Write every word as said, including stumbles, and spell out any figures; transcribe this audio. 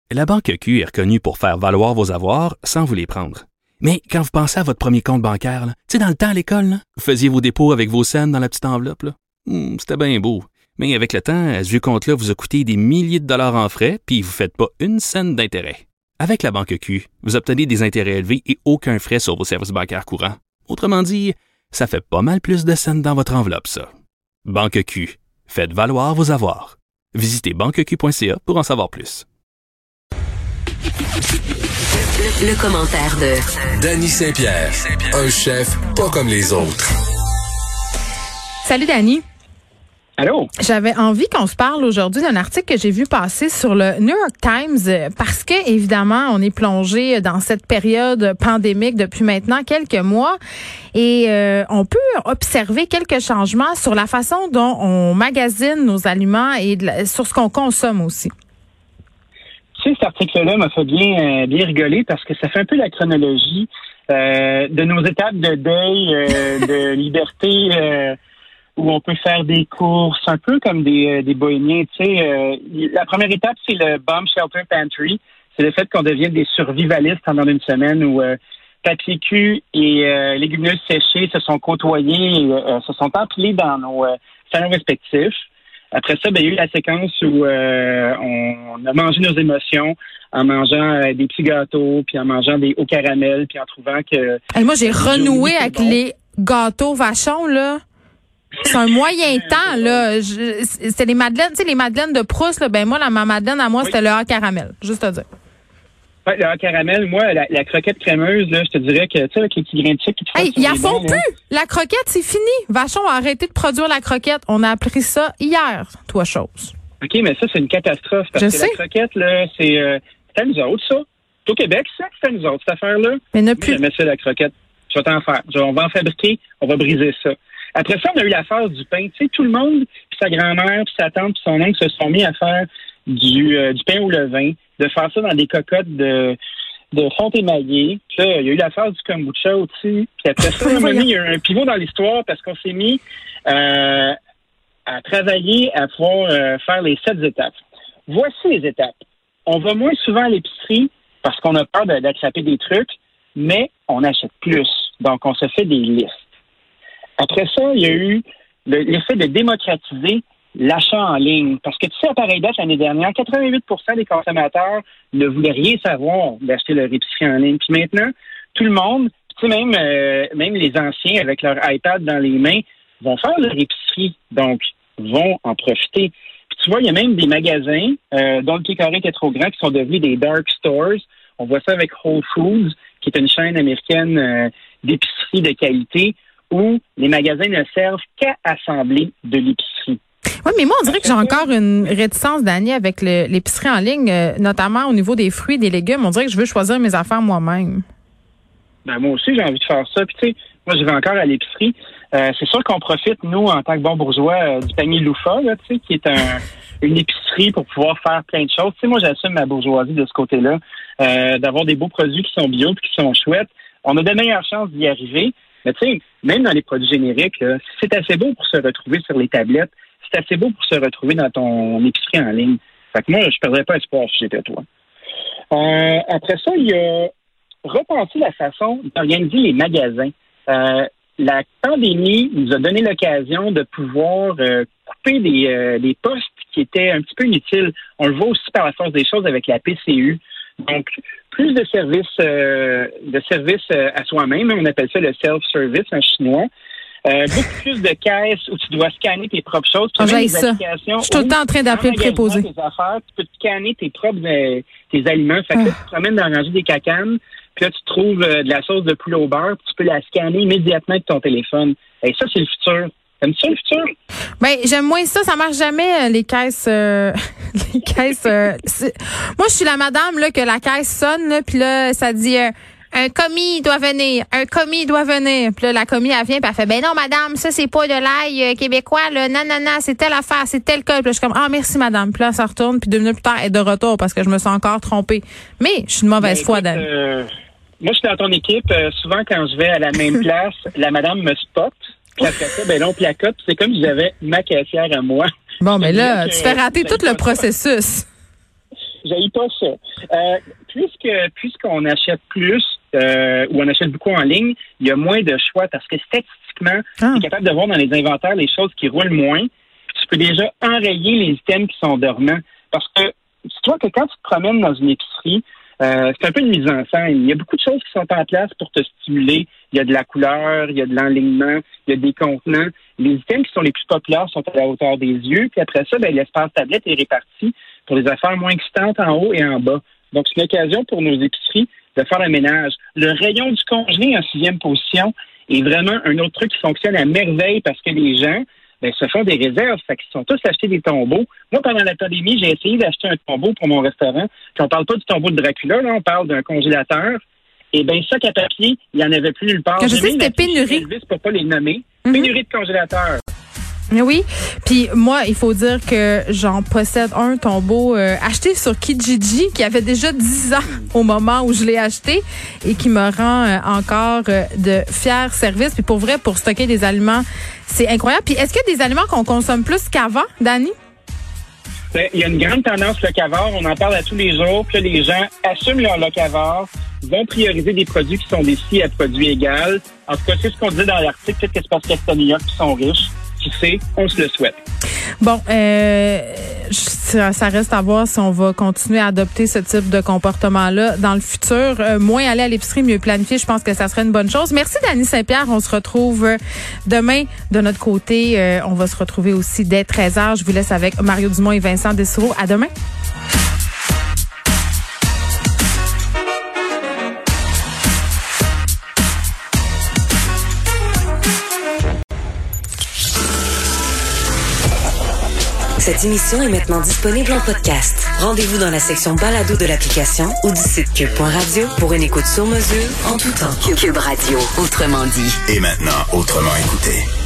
La Banque Q est reconnue pour faire valoir vos avoirs sans vous les prendre. Mais quand vous pensez à votre premier compte bancaire, tu sais, dans le temps à l'école, là, vous faisiez vos dépôts avec vos scènes dans la petite enveloppe. Là. Hum, c'était bien beau. Mais avec le temps, ce vieux compte-là vous a coûté des milliers de dollars en frais, puis vous ne faites pas une scène d'intérêt. Avec la Banque Q, vous obtenez des intérêts élevés et aucun frais sur vos services bancaires courants. Autrement dit, ça fait pas mal plus de scènes dans votre enveloppe, ça. Banque Q. Faites valoir vos avoirs. Visitez banque q point c a pour en savoir plus. Le, le commentaire de Dany Saint-Pierre, un chef pas comme les autres. Salut Dany. Allô? J'avais envie qu'on se parle aujourd'hui d'un article que j'ai vu passer sur le New York Times parce que, évidemment, on est plongé dans cette période pandémique depuis maintenant quelques mois et euh, on peut observer quelques changements sur la façon dont on magasine nos aliments et de la, sur ce qu'on consomme aussi. Tu sais, cet article-là m'a fait bien, euh, bien rigoler parce que ça fait un peu la chronologie euh, de nos étapes de deuil, euh, de liberté, euh, où on peut faire des courses, un peu comme des, euh, des bohémiens. Tu sais, euh, la première étape, c'est le Bomb Shelter Pantry. C'est le fait qu'on devienne des survivalistes pendant une semaine où euh, papier cul et euh, légumineuses séchées se sont côtoyés et euh, se sont empilés dans nos euh, salons respectifs. Après ça, ben, il y a eu la séquence où euh, on a mangé nos émotions en mangeant euh, des petits gâteaux, puis en mangeant des hauts caramels, puis en trouvant que... Hey, moi, j'ai renoué avec bon. les gâteaux vachons, là. C'est un moyen temps, là. Je, c'était les madeleines, tu sais, les madeleines de Proust, là. Ben, moi, la, ma madeleine à moi, oui. C'était le hot caramel. Juste à dire. Ouais, le hot caramel, moi, la, la croquette crémeuse, là, je te dirais que, tu sais, avec les petits grains de sucre qui te hey, ils en font dents, plus! Là. La croquette, c'est fini. Vachon a arrêté de produire la croquette. On a appris ça hier, toi, chose. OK, mais ça, c'est une catastrophe. Parce je que sais. La croquette, là, c'est, euh, c'est à nous autres, ça. C'est au Québec, ça, c'est à nous autres, cette affaire-là. Mais ne moi, plus. J'aimais ça, la croquette. Je vais t'en faire. On va en fabriquer, on va briser ça. Après ça, on a eu la phase du pain. Tu sais, tout le monde, puis sa grand-mère, puis sa tante, puis son oncle se sont mis à faire du, euh, du pain au levain, de faire ça dans des cocottes de, de fonte émaillée. Puis là, il y a eu la phase du kombucha aussi. Puis après ça, à un moment donné, il y a eu un pivot dans l'histoire parce qu'on s'est mis euh, à travailler à pouvoir euh, faire les sept étapes. Voici les étapes. On va moins souvent à l'épicerie parce qu'on a peur de, d'attraper des trucs, mais on achète plus. Donc, on se fait des listes. Après ça, il y a eu le, l'effet de démocratiser l'achat en ligne. Parce que tu sais, à pareille date, l'année dernière, quatre-vingt-huit pour cent des consommateurs ne voulaient rien savoir d'acheter leur épicerie en ligne. Puis maintenant, tout le monde, tu sais, même, euh, même les anciens avec leur iPad dans les mains, vont faire leur épicerie. Donc, vont en profiter. Puis tu vois, il y a même des magasins euh, dont le pied carré était trop grand qui sont devenus des dark stores. On voit ça avec Whole Foods, qui est une chaîne américaine euh, d'épicerie de qualité, où les magasins ne servent qu'à assembler de l'épicerie. Oui, mais moi, on dirait que j'ai encore une réticence, Dany, avec le, l'épicerie en ligne, euh, notamment au niveau des fruits et des légumes. On dirait que je veux choisir mes affaires moi-même. Ben, moi aussi, j'ai envie de faire ça. Puis, tu sais, moi, je vais encore à l'épicerie. Euh, c'est sûr qu'on profite, nous, en tant que bons bourgeois, euh, du panier Loufa, là, tu sais, qui est un, une épicerie pour pouvoir faire plein de choses. Tu sais, moi, j'assume ma bourgeoisie de ce côté-là, euh, d'avoir des beaux produits qui sont bio et qui sont chouettes. On a de meilleures chances d'y arriver. Mais tu sais, même dans les produits génériques, là, c'est assez beau pour se retrouver sur les tablettes. C'est assez beau pour se retrouver dans ton épicerie en ligne. Fait que moi, je ne perdrais pas espoir si j'étais toi. Euh, après ça, il y a repenser la façon d'organiser les magasins. Euh, la pandémie nous a donné l'occasion de pouvoir euh, couper des, euh, des postes qui étaient un petit peu inutiles. On le voit aussi par la force des choses avec la P C U. Donc, plus de services euh, de services euh, à soi-même, on appelle ça le self-service en chinois. Euh, beaucoup plus de caisses où tu dois scanner tes propres choses. Oh, j'ai ça. Je suis tout le temps en train d'appeler le préposé. Tes affaires, tu peux te scanner tes propres euh, tes aliments. Fait que là, tu te promènes dans la rangée des cacanes, puis là, tu trouves euh, de la sauce de poulet au beurre, puis tu peux la scanner immédiatement avec ton téléphone. Et ça, c'est le futur. T'aimes-tu ça, le futur? Ben, j'aime moins ça. Ça marche jamais, les caisses. Euh, les caisses. Euh, moi, je suis la madame là que la caisse sonne, là, puis là, ça dit euh, un commis doit venir, un commis doit venir. Puis là, la commis, elle vient, puis elle fait, ben non, madame, ça, c'est pas de l'ail euh, québécois, là. Non, non, non, c'est telle affaire, c'est tel code. Puis là, je suis comme, ah, merci, madame. Puis là, ça retourne, puis deux minutes plus tard, elle est de retour parce que je me suis encore trompée. Mais je suis une mauvaise foi, Dan. Euh, moi, je suis dans ton équipe. Euh, souvent, quand je vais à la même place, la madame me spot. Puis après ça, ben non, placote. C'est comme si j'avais ma caissière à moi. Bon, mais là, tu fais rater tout le processus. j'haïs pas ça. Euh, puisque puisqu'on achète plus euh, ou on achète beaucoup en ligne, il y a moins de choix parce que statistiquement, ah. tu es capable de voir dans les inventaires les choses qui roulent moins. Puis tu peux déjà enrayer les items qui sont dormants. Parce que dis-toi que quand tu te promènes dans une épicerie, euh, c'est un peu une mise en scène. Il y a beaucoup de choses qui sont en place pour te stimuler. Il y a de la couleur, il y a de l'enlignement, il y a des contenants. Les items qui sont les plus populaires sont à la hauteur des yeux. Puis après ça, ben, l'espace tablette est réparti pour les affaires moins excitantes en haut et en bas. Donc, c'est une occasion pour nos épiceries de faire le ménage. Le rayon du congelé en sixième position est vraiment un autre truc qui fonctionne à merveille parce que les gens ben, se font des réserves. Fait qu'ils sont tous achetés des tombeaux. Moi, pendant la pandémie, j'ai essayé d'acheter un tombeau pour mon restaurant. Puis on parle pas du tombeau de Dracula, là, on parle d'un congélateur. Et bien, sac à papier, il n'y en avait plus nulle part. Je sais que c'était pénurie. Pour pas les nommer. Mm-hmm. Pénurie de congélateurs. Oui, puis moi, il faut dire que j'en possède un tombeau euh, acheté sur Kijiji qui avait déjà dix ans au moment où je l'ai acheté et qui me rend euh, encore euh, de fiers services. Puis pour vrai, pour stocker des aliments, c'est incroyable. Puis est-ce qu'il y a des aliments qu'on consomme plus qu'avant, Dani? Ben, il y a une grande tendance locavore, on en parle à tous les jours, puis les gens assument leur locavore, vont prioriser des produits qui sont des scies à produits égaux. En tout cas, c'est ce qu'on disait dans l'article, peut-être que c'est parce qu'il y a New York qui sont riches. Qui sait, on se le souhaite. Bon, euh, ça, ça reste à voir si on va continuer à adopter ce type de comportement-là dans le futur. Euh, moins aller à l'épicerie, mieux planifier, je pense que ça serait une bonne chose. Merci, Dani Saint-Pierre. On se retrouve demain de notre côté. Euh, on va se retrouver aussi dès treize heures. Je vous laisse avec Mario Dumont et Vincent Dessureau. À demain. Cette émission est maintenant disponible en podcast. Rendez-vous dans la section balado de l'application ou du site cube point radio pour une écoute sur mesure en tout temps. Cube Radio, autrement dit. Et maintenant, autrement écouté.